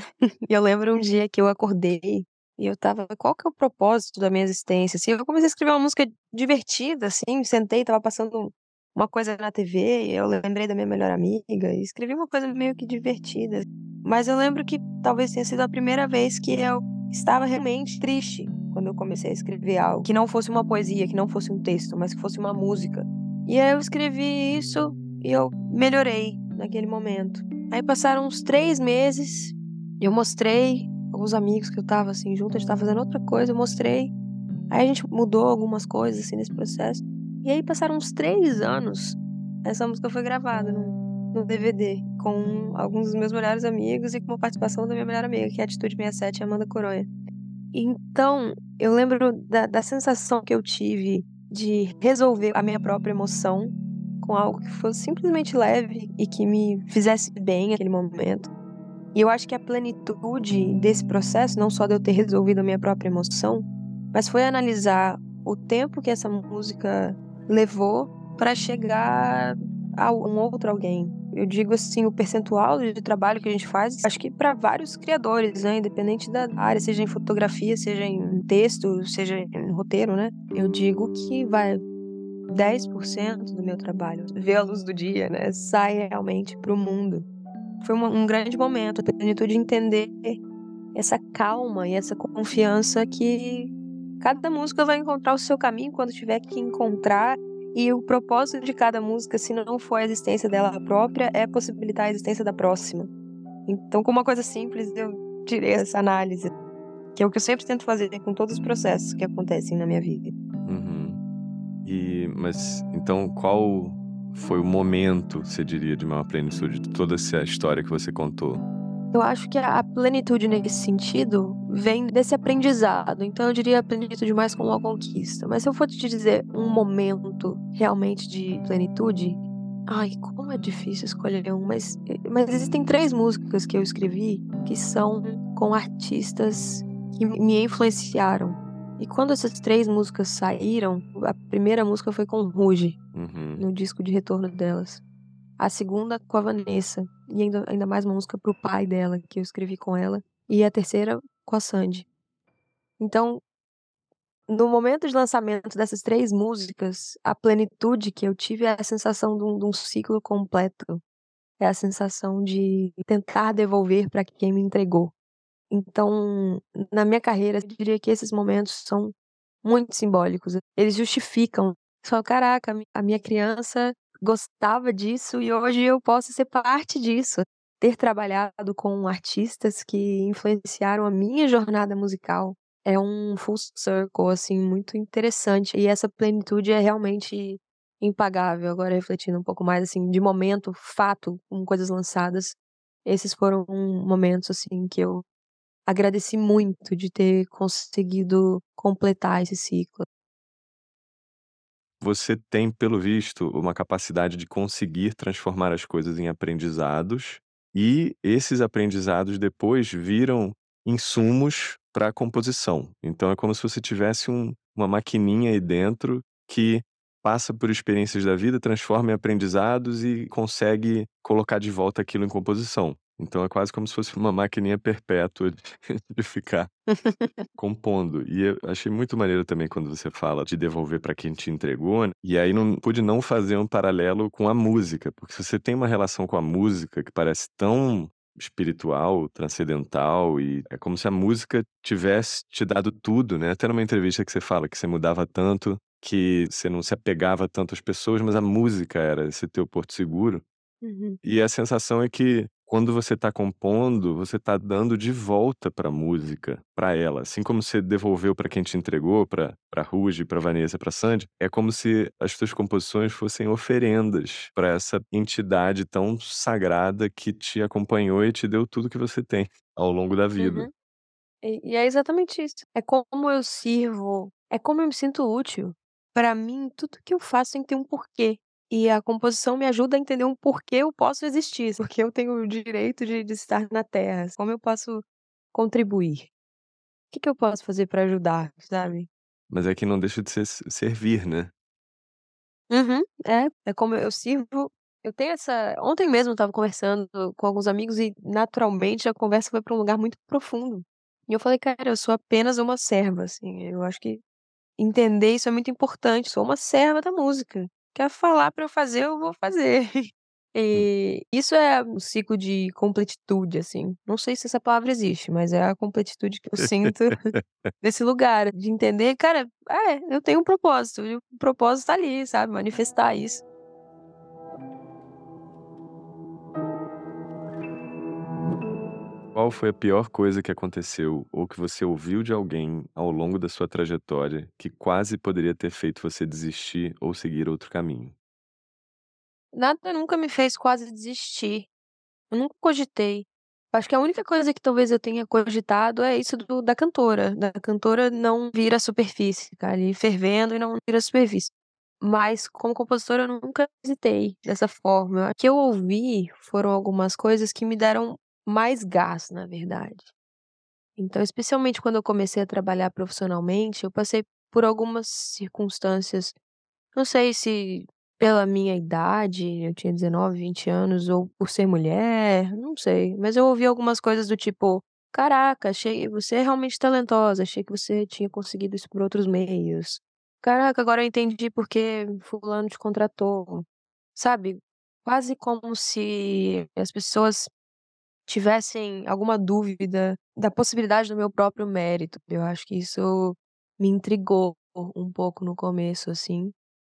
E eu lembro um dia que eu acordei e eu estava qual que é o propósito da minha existência, assim, eu comecei a escrever uma música divertida, assim, sentei, estava passando uma coisa na T V e eu lembrei da minha melhor amiga e escrevi uma coisa meio que divertida. Mas eu lembro que talvez tenha sido a primeira vez que eu estava realmente triste, quando eu comecei a escrever algo que não fosse uma poesia, que não fosse um texto, mas que fosse uma música. E aí eu escrevi isso e eu melhorei naquele momento. Aí passaram uns três meses, eu mostrei alguns amigos que eu estava, assim, junto, a gente estava fazendo outra coisa, eu mostrei. Aí a gente mudou algumas coisas, assim, nesse processo. E aí passaram uns três anos, essa música foi gravada num, num D V D, com alguns dos meus melhores amigos e com a participação da minha melhor amiga, que é a Atitude sessenta e sete, Amanda Coronha. Então, eu lembro da, da sensação que eu tive de resolver a minha própria emoção com algo que fosse simplesmente leve e que me fizesse bem naquele momento. E eu acho que a plenitude desse processo, não só de eu ter resolvido a minha própria emoção, mas foi analisar o tempo que essa música levou para chegar a um outro alguém. Eu digo assim, o percentual de trabalho que a gente faz, acho que para vários criadores, né, independente da área, seja em fotografia, seja em texto, seja em roteiro, né? Eu digo que vai dez por cento do meu trabalho ver a luz do dia, né? Sai realmente para o mundo. Foi uma, um grande momento, a plenitude de entender essa calma e essa confiança que cada música vai encontrar o seu caminho quando tiver que encontrar, e o propósito de cada música, se não for a existência dela própria, é possibilitar a existência da próxima. Então, com uma coisa simples, eu tirei essa análise, que é o que eu sempre tento fazer com todos os processos que acontecem na minha vida. Uhum. E, mas, então, qual foi o momento, você diria, de maior plenitude de toda essa história que você contou? Eu acho que a plenitude nesse sentido vem desse aprendizado. Então eu diria a plenitude mais como uma conquista. Mas se eu for te dizer um momento realmente de plenitude, ai, como é difícil escolher um, mas, mas existem três músicas que eu escrevi que são com artistas que me influenciaram. E quando essas três músicas saíram, a primeira música foi com Ruge, Uhum. no disco de retorno delas. A segunda com a Vanessa, e ainda, ainda mais uma música pro pai dela, que eu escrevi com ela. E a terceira com a Sandy. Então, no momento de lançamento dessas três músicas, a plenitude que eu tive é a sensação de um, de um ciclo completo. É a sensação de tentar devolver para quem me entregou. Então, na minha carreira, eu diria que esses momentos são muito simbólicos. Eles justificam. Só, caraca, a minha criança gostava disso e hoje eu posso ser parte disso. Ter trabalhado com artistas que influenciaram a minha jornada musical é um full circle, assim, muito interessante. E essa plenitude é realmente impagável. Agora, refletindo um pouco mais, assim, de momento, fato, com coisas lançadas, esses foram momentos, assim, que eu agradeci muito de ter conseguido completar esse ciclo. Você tem, pelo visto, uma capacidade de conseguir transformar as coisas em aprendizados, e esses aprendizados depois viram insumos para a composição. Então é como se você tivesse um, uma maquininha aí dentro que passa por experiências da vida, transforma em aprendizados e consegue colocar de volta aquilo em composição. Então é quase como se fosse uma maquininha perpétua de de ficar compondo. E eu achei muito maneiro também quando você fala de devolver pra quem te entregou, né, e aí não pude não fazer um paralelo com a música, porque se você tem uma relação com a música que parece tão espiritual, transcendental, e é como se a música tivesse te dado tudo, né. Até numa entrevista que você fala que você mudava tanto, que você não se apegava tanto às pessoas, mas a música era esse teu porto seguro. Uhum. E a sensação é que quando você tá compondo, você tá dando de volta pra música, pra ela. Assim como você devolveu pra quem te entregou, pra pra Ruge, pra Vanessa, pra Sandy, é como se as tuas composições fossem oferendas pra essa entidade tão sagrada que te acompanhou e te deu tudo que você tem ao longo da vida. Uhum. E e é exatamente isso. É como eu sirvo, é como eu me sinto útil. Pra mim, tudo que eu faço tem que ter um porquê. E a composição me ajuda a entender um porquê eu posso existir, porque eu tenho o direito de de estar na Terra. Como eu posso contribuir? O que que eu posso fazer pra ajudar, sabe? Mas é que não deixa de ser s servir, né? Uhum. É, é como eu sirvo. Eu tenho essa ontem mesmo eu estava conversando com alguns amigos e, naturalmente, a conversa foi pra um lugar muito profundo. E eu falei: "Cara, eu sou apenas uma serva", assim, eu acho que entender isso é muito importante, sou uma serva da música. Quer falar pra eu fazer, eu vou fazer. Hum. E isso é um ciclo de completitude, assim, não sei se essa palavra existe, mas é a completitude que eu sinto nesse lugar, de entender, cara, é, eu tenho um propósito e o propósito tá ali, sabe, manifestar isso. Qual foi a pior coisa que aconteceu ou que você ouviu de alguém ao longo da sua trajetória que quase poderia ter feito você desistir ou seguir outro caminho? Nada nunca me fez quase desistir. Eu nunca cogitei. Acho que a única coisa que talvez eu tenha cogitado é isso do da cantora, da cantora não vir à superfície, ficar ali fervendo e não vir à superfície. Mas como compositora eu nunca hesitei dessa forma. O que eu ouvi foram algumas coisas que me deram mais gás, na verdade. Então, especialmente quando eu comecei a trabalhar profissionalmente, eu passei por algumas circunstâncias, não sei se pela minha idade, eu tinha dezenove, vinte anos, ou por ser mulher, não sei, mas eu ouvi algumas coisas do tipo: "Caraca, achei você é realmente talentosa, achei que você tinha conseguido isso por outros meios. Caraca, agora eu entendi porque fulano te contratou", sabe, quase como se as pessoas tivessem alguma dúvida da possibilidade do meu próprio mérito. Eu acho que isso me intrigou um pouco no começo, assim.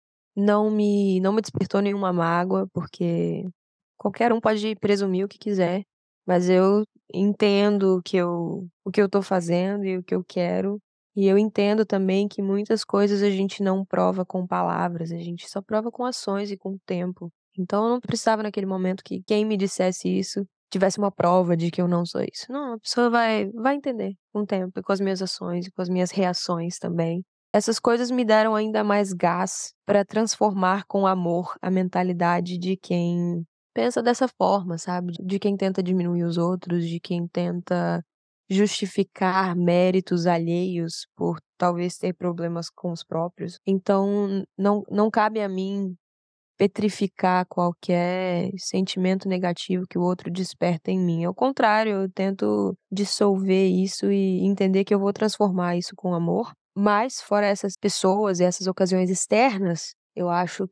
Não me não me despertou nenhuma mágoa, porque qualquer um pode presumir o que quiser, mas eu entendo que eu o que eu tô fazendo e o que eu quero, e eu entendo também que muitas coisas a gente não prova com palavras, a gente só prova com ações e com o tempo. Então eu não precisava naquele momento que quem me dissesse isso tivesse uma prova de que eu não sou isso. Não, a pessoa vai vai entender com o tempo e com as minhas ações e com as minhas reações também. Essas coisas me deram ainda mais gás pra transformar com amor a mentalidade de quem pensa dessa forma, sabe, de quem tenta diminuir os outros, de quem tenta justificar méritos alheios por talvez ter problemas com os próprios. Então não não cabe a mim petrificar qualquer sentimento negativo que o outro desperta em mim, ao contrário, eu tento dissolver isso e entender que eu vou transformar isso com amor, mas fora essas pessoas e essas ocasiões externas, eu acho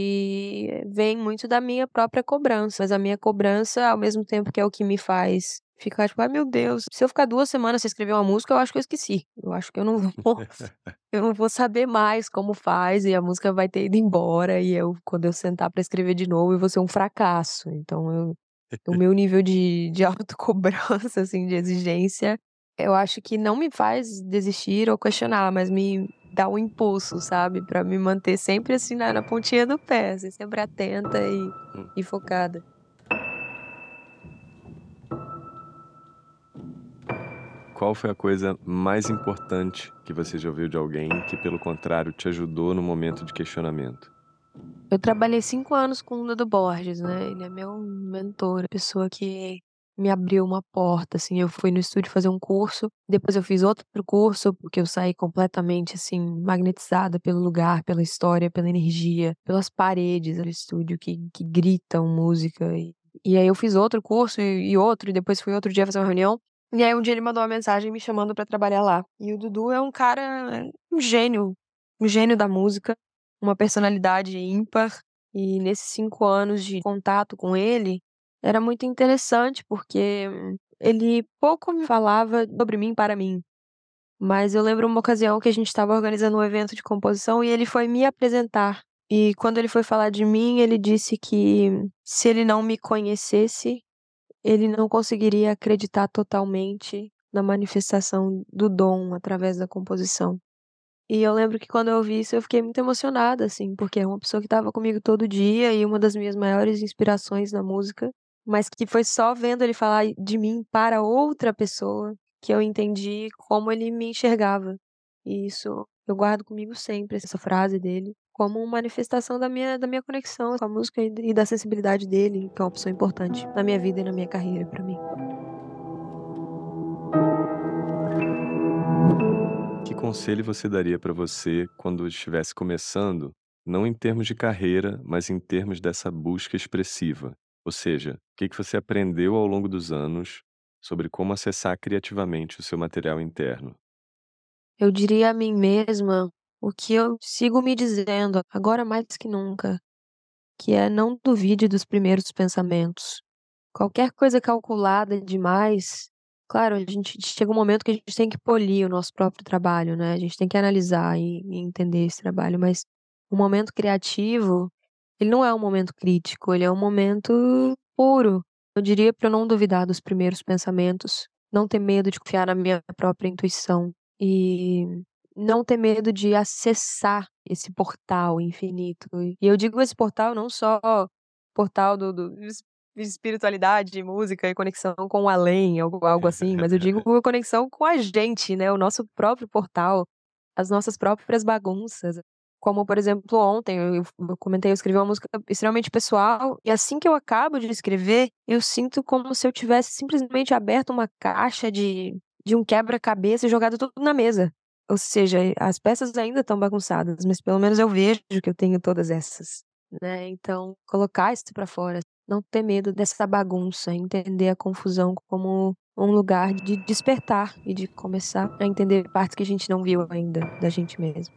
que vem muito da minha própria cobrança, mas a minha cobrança, ao mesmo tempo que é o que me faz ficar tipo: "Ai meu Deus, se eu ficar duas semanas sem escrever uma música, eu acho que eu esqueci, eu acho que eu não vou eu não vou saber mais como faz e a música vai ter ido embora e eu quando eu sentar pra escrever de novo eu vou ser um fracasso", então eu o meu nível de de autocobrança, assim, de exigência, eu acho que não me faz desistir ou questionar, mas me dá um impulso, sabe, pra me manter sempre, assim, na na pontinha do pé, assim, sempre atenta e Hum. e focada. Qual foi a coisa mais importante que você já ouviu de alguém que, pelo contrário, te ajudou no momento de questionamento? Eu trabalhei cinco anos com o Dudu Borges, né, ele é meu mentor, a pessoa que me abriu uma porta, assim, eu fui no estúdio fazer um curso, depois eu fiz outro curso, porque eu saí completamente, assim, magnetizada pelo lugar, pela história, pela energia, pelas paredes do estúdio que que gritam música e E aí eu fiz outro curso e e outro, e depois fui outro dia fazer uma reunião. E aí um dia ele mandou uma mensagem me chamando pra trabalhar lá. E o Dudu é um cara, um gênio, um gênio da música, uma personalidade ímpar. E nesses cinco anos de contato com ele, era muito interessante, porque hum, ele pouco me falava sobre mim para mim. Mas eu lembro uma ocasião que a gente estava organizando um evento de composição e ele foi me apresentar. E quando ele foi falar de mim, ele disse que se ele não me conhecesse, ele não conseguiria acreditar totalmente na manifestação do dom através da composição. E eu lembro que quando eu ouvi isso, eu fiquei muito emocionada, assim, porque é uma pessoa que estava comigo todo dia e uma das minhas maiores inspirações na música, mas que foi só vendo ele falar de mim para outra pessoa que eu entendi como ele me enxergava. E isso eu guardo comigo sempre, essa frase dele, como uma manifestação da minha, da minha conexão com a música e e da sensibilidade dele, que é uma pessoa importante na minha vida e na minha carreira, para mim. Que conselho você daria para você quando estivesse começando, não em termos de carreira, mas em termos dessa busca expressiva? Ou seja, o que que você aprendeu ao longo dos anos sobre como acessar criativamente o seu material interno? Eu diria a mim mesma o que eu sigo me dizendo, agora mais que nunca, que é: não duvide dos primeiros pensamentos. Qualquer coisa calculada demais, claro, a gente chega um momento que a gente tem que polir o nosso próprio trabalho, né, a gente tem que analisar e e entender esse trabalho, mas o momento criativo, ele não é um momento crítico, ele é um momento puro. Eu diria para eu não duvidar dos primeiros pensamentos, não ter medo de confiar na minha própria intuição e não ter medo de acessar esse portal infinito. E eu digo esse portal não só portal do do es espiritualidade, música e conexão com o além, algo algo assim, mas eu digo a conexão com a gente, né, o nosso próprio portal, as nossas próprias bagunças. Como, por exemplo, ontem eu eu comentei, eu escrevi uma música extremamente pessoal, e assim que eu acabo de escrever, eu sinto como se eu tivesse simplesmente aberto uma caixa de de um quebra-cabeça e jogado tudo na mesa. Ou seja, as peças ainda estão bagunçadas, mas pelo menos eu vejo que eu tenho todas essas, né, então colocar isso pra fora, não ter medo dessa bagunça, entender a confusão como um lugar de despertar e de começar a entender partes que a gente não viu ainda da gente mesmo.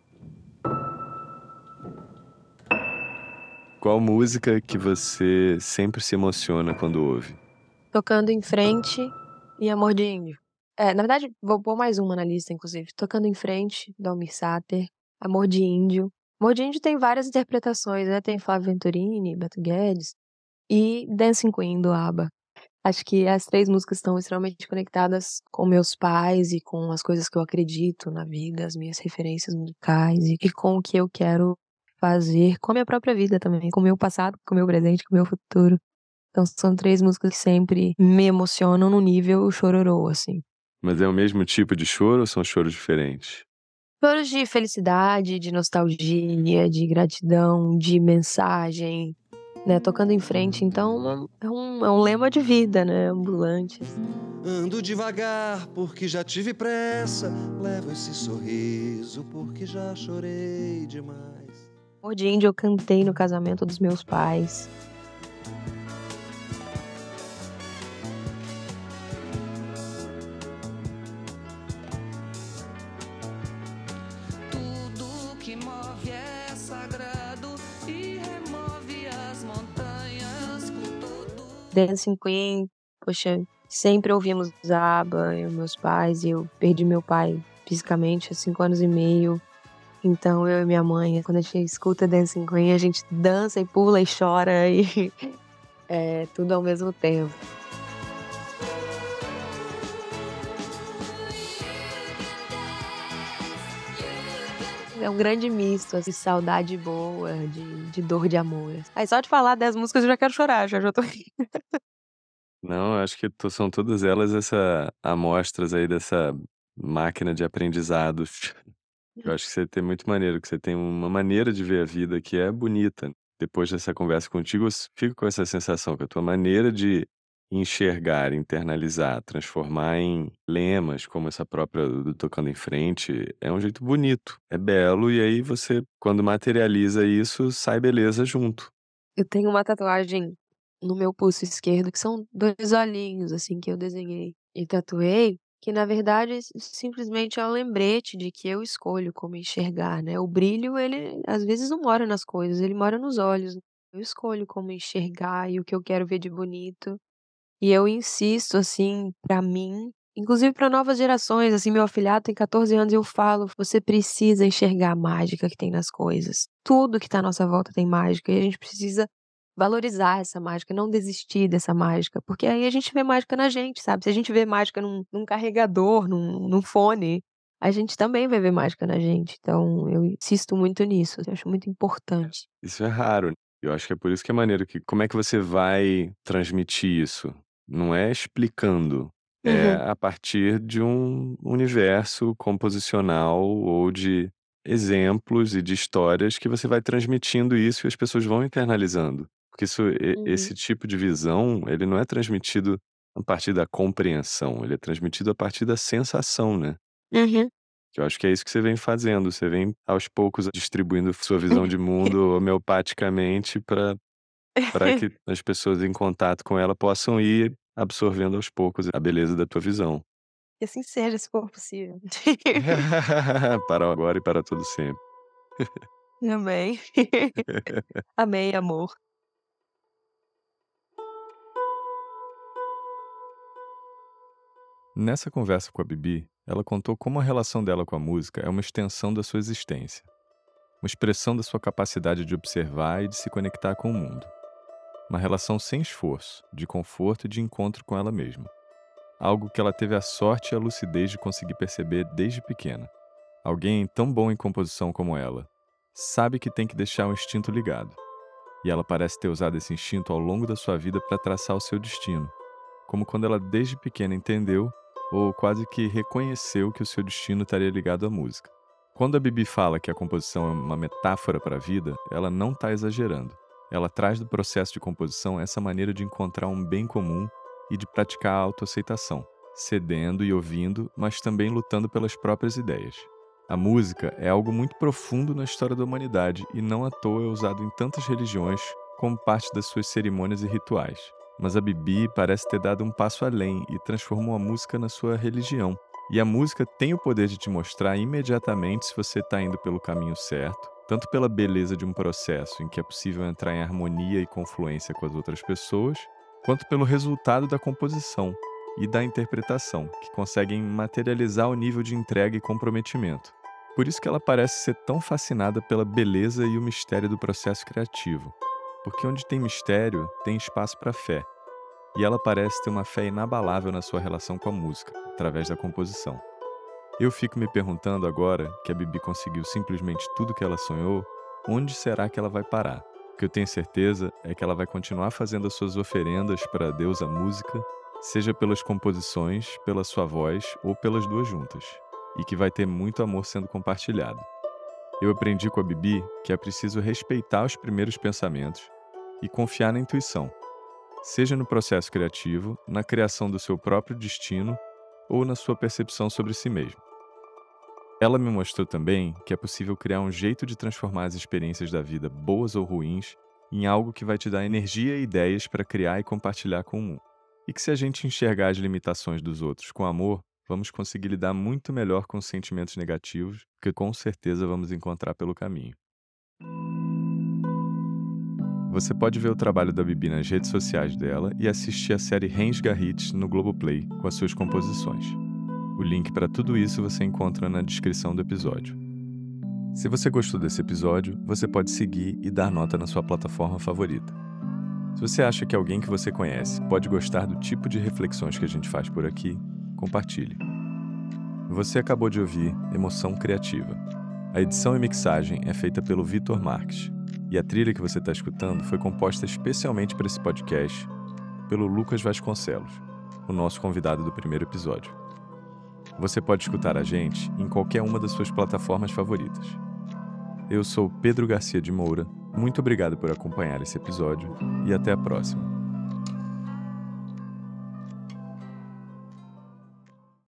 Qual música que você sempre se emociona quando ouve? Tocando em Frente e Amor de Índio. É, na verdade, vou pôr mais uma na lista, inclusive. Tocando em Frente, do Almir Sater, Amor de Índio. Amor de Índio tem várias interpretações, né, tem Flávio Venturini, Beto Guedes e Dancing Queen, do ABBA. Acho que as três músicas estão extremamente conectadas com meus pais e com as coisas que eu acredito na vida, as minhas referências musicais e e com o que eu quero fazer com a minha própria vida também, com o meu passado, com o meu presente, com o meu futuro. Então são três músicas que sempre me emocionam no nível chororô, assim. Mas é o mesmo tipo de choro ou são choros diferentes? Choros de felicidade, de nostalgia, de gratidão, de mensagem, né, tocando em frente, então é um é um lema de vida, né, ambulante, assim. Ando devagar porque já tive pressa, levo esse sorriso porque já chorei demais. Amor de Índio eu cantei no casamento dos meus pais. Tudo que move é sagrado e remove as montanhas com todo. Dancing Queen, poxa, sempre ouvimos ABBA, eu e meus pais, e eu perdi meu pai fisicamente há cinco anos e meio. Então eu e minha mãe, quando a gente escuta Dancing Queen, a gente dança e pula e chora e é tudo ao mesmo tempo. É um grande misto, assim, saudade boa, de de dor de amor. Aí só de falar das músicas eu já quero chorar, já já tô Não, eu acho que to são todas elas essa amostras aí dessa máquina de aprendizados. Eu acho que você tem muito maneiro, que você tem uma maneira de ver a vida que é bonita. Depois dessa conversa contigo, eu s fico com essa sensação que a tua maneira de enxergar, internalizar, transformar em lemas, como essa própria do Tocando em Frente, é um jeito bonito, é belo, e aí você, quando materializa isso, sai beleza junto. Eu tenho uma tatuagem no meu pulso esquerdo, que são dois olhinhos, assim, que eu desenhei e tatuei, que na verdade s simplesmente é um lembrete de que eu escolho como enxergar, né. O brilho ele às vezes não mora nas coisas, ele mora nos olhos. Eu escolho como enxergar e o que eu quero ver de bonito. E eu insisto, assim, pra mim, inclusive pra novas gerações, assim, meu afilhado tem quatorze anos e eu falo: "Você precisa enxergar a mágica que tem nas coisas. Tudo que tá à nossa volta tem mágica e a gente precisa valorizar essa mágica, não desistir dessa mágica, porque aí a gente vê mágica na gente, sabe. Se a gente vê mágica num num carregador, num num fone, a gente também vai ver mágica na gente". Então eu insisto muito nisso, eu acho muito importante. Isso é raro. Eu acho que é por isso que é maneiro que como é que você vai transmitir isso? Não é explicando, é Uhum, a partir de um universo composicional ou de exemplos e de histórias que você vai transmitindo isso e as pessoas vão internalizando. Porque isso e uhum, esse tipo de visão, ele não é transmitido a partir da compreensão, ele é transmitido a partir da sensação, né. uhum. Que eu acho que é isso que você vem fazendo, você vem aos poucos distribuindo sua visão de mundo homeopaticamente para para que as pessoas em contato com ela possam ir absorvendo aos poucos a beleza da tua visão. Que assim seja, se for possível. Para agora e para todo sempre. Amém. Amém, amor. Nessa conversa com a Bibi, ela contou como a relação dela com a música é uma extensão da sua existência, uma expressão da sua capacidade de observar e de se conectar com o mundo. Uma relação sem esforço, de conforto e de encontro com ela mesma. Algo que ela teve a sorte e a lucidez de conseguir perceber desde pequena. Alguém tão bom em composição como ela sabe que tem que deixar o instinto ligado. E ela parece ter usado esse instinto ao longo da sua vida para traçar o seu destino, como quando ela desde pequena entendeu ou quase que reconheceu que o seu destino estaria ligado à música. Quando a Bibi fala que a composição é uma metáfora para a vida, ela não está exagerando. Ela traz do processo de composição essa maneira de encontrar um bem comum e de praticar a autoaceitação, cedendo e ouvindo, mas também lutando pelas próprias ideias. A música é algo muito profundo na história da humanidade e não à toa é usado em tantas religiões como parte das suas cerimônias e rituais. Mas a Bibi parece ter dado um passo além e transformou a música na sua religião. E a música tem o poder de te mostrar imediatamente se você está indo pelo caminho certo, tanto pela beleza de um processo em que é possível entrar em harmonia e confluência com as outras pessoas, quanto pelo resultado da composição e da interpretação, que conseguem materializar o nível de entrega e comprometimento. Por isso que ela parece ser tão fascinada pela beleza e o mistério do processo criativo. Porque onde tem mistério, tem espaço para fé. E ela parece ter uma fé inabalável na sua relação com a música, através da composição. Eu fico me perguntando agora que a Bibi conseguiu simplesmente tudo que ela sonhou, onde será que ela vai parar? O que eu tenho certeza é que ela vai continuar fazendo as suas oferendas para a deusa música, seja pelas composições, pela sua voz ou pelas duas juntas, e que vai ter muito amor sendo compartilhado. Eu aprendi com a Bibi que é preciso respeitar os primeiros pensamentos e confiar na intuição, seja no processo criativo, na criação do seu próprio destino ou na sua percepção sobre si mesmo. Ela me mostrou também que é possível criar um jeito de transformar as experiências da vida, boas ou ruins, em algo que vai te dar energia e ideias para criar e compartilhar com o mundo. E que se a gente enxergar as limitações dos outros com amor, vamos conseguir lidar muito melhor com os sentimentos negativos, que com certeza vamos encontrar pelo caminho. Você pode ver o trabalho da Bibi nas redes sociais dela e assistir a série Rensga Hits no Globoplay com as suas composições. O link para tudo isso você encontra na descrição do episódio. Se você gostou desse episódio, você pode seguir e dar nota na sua plataforma favorita. Se você acha que alguém que você conhece pode gostar do tipo de reflexões que a gente faz por aqui, compartilhe. Você acabou de ouvir Emoção Criativa. A edição e mixagem é feita pelo Vitor Marques. E a trilha que você está escutando foi composta especialmente para esse podcast pelo Lucas Vasconcelos, o nosso convidado do primeiro episódio. Você pode escutar a gente em qualquer uma das suas plataformas favoritas. Eu sou Pedro Garcia de Moura, muito obrigado por acompanhar esse episódio e até a próxima.